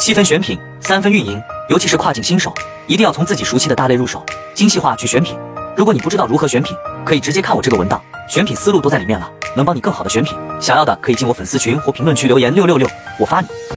7分选品，3分运营，尤其是跨境新手，一定要从自己熟悉的大类入手，精细化去选品。如果你不知道如何选品，可以直接看我这个文档，选品思路都在里面了，能帮你更好的选品。想要的可以进我粉丝群或评论区留言666，我发你。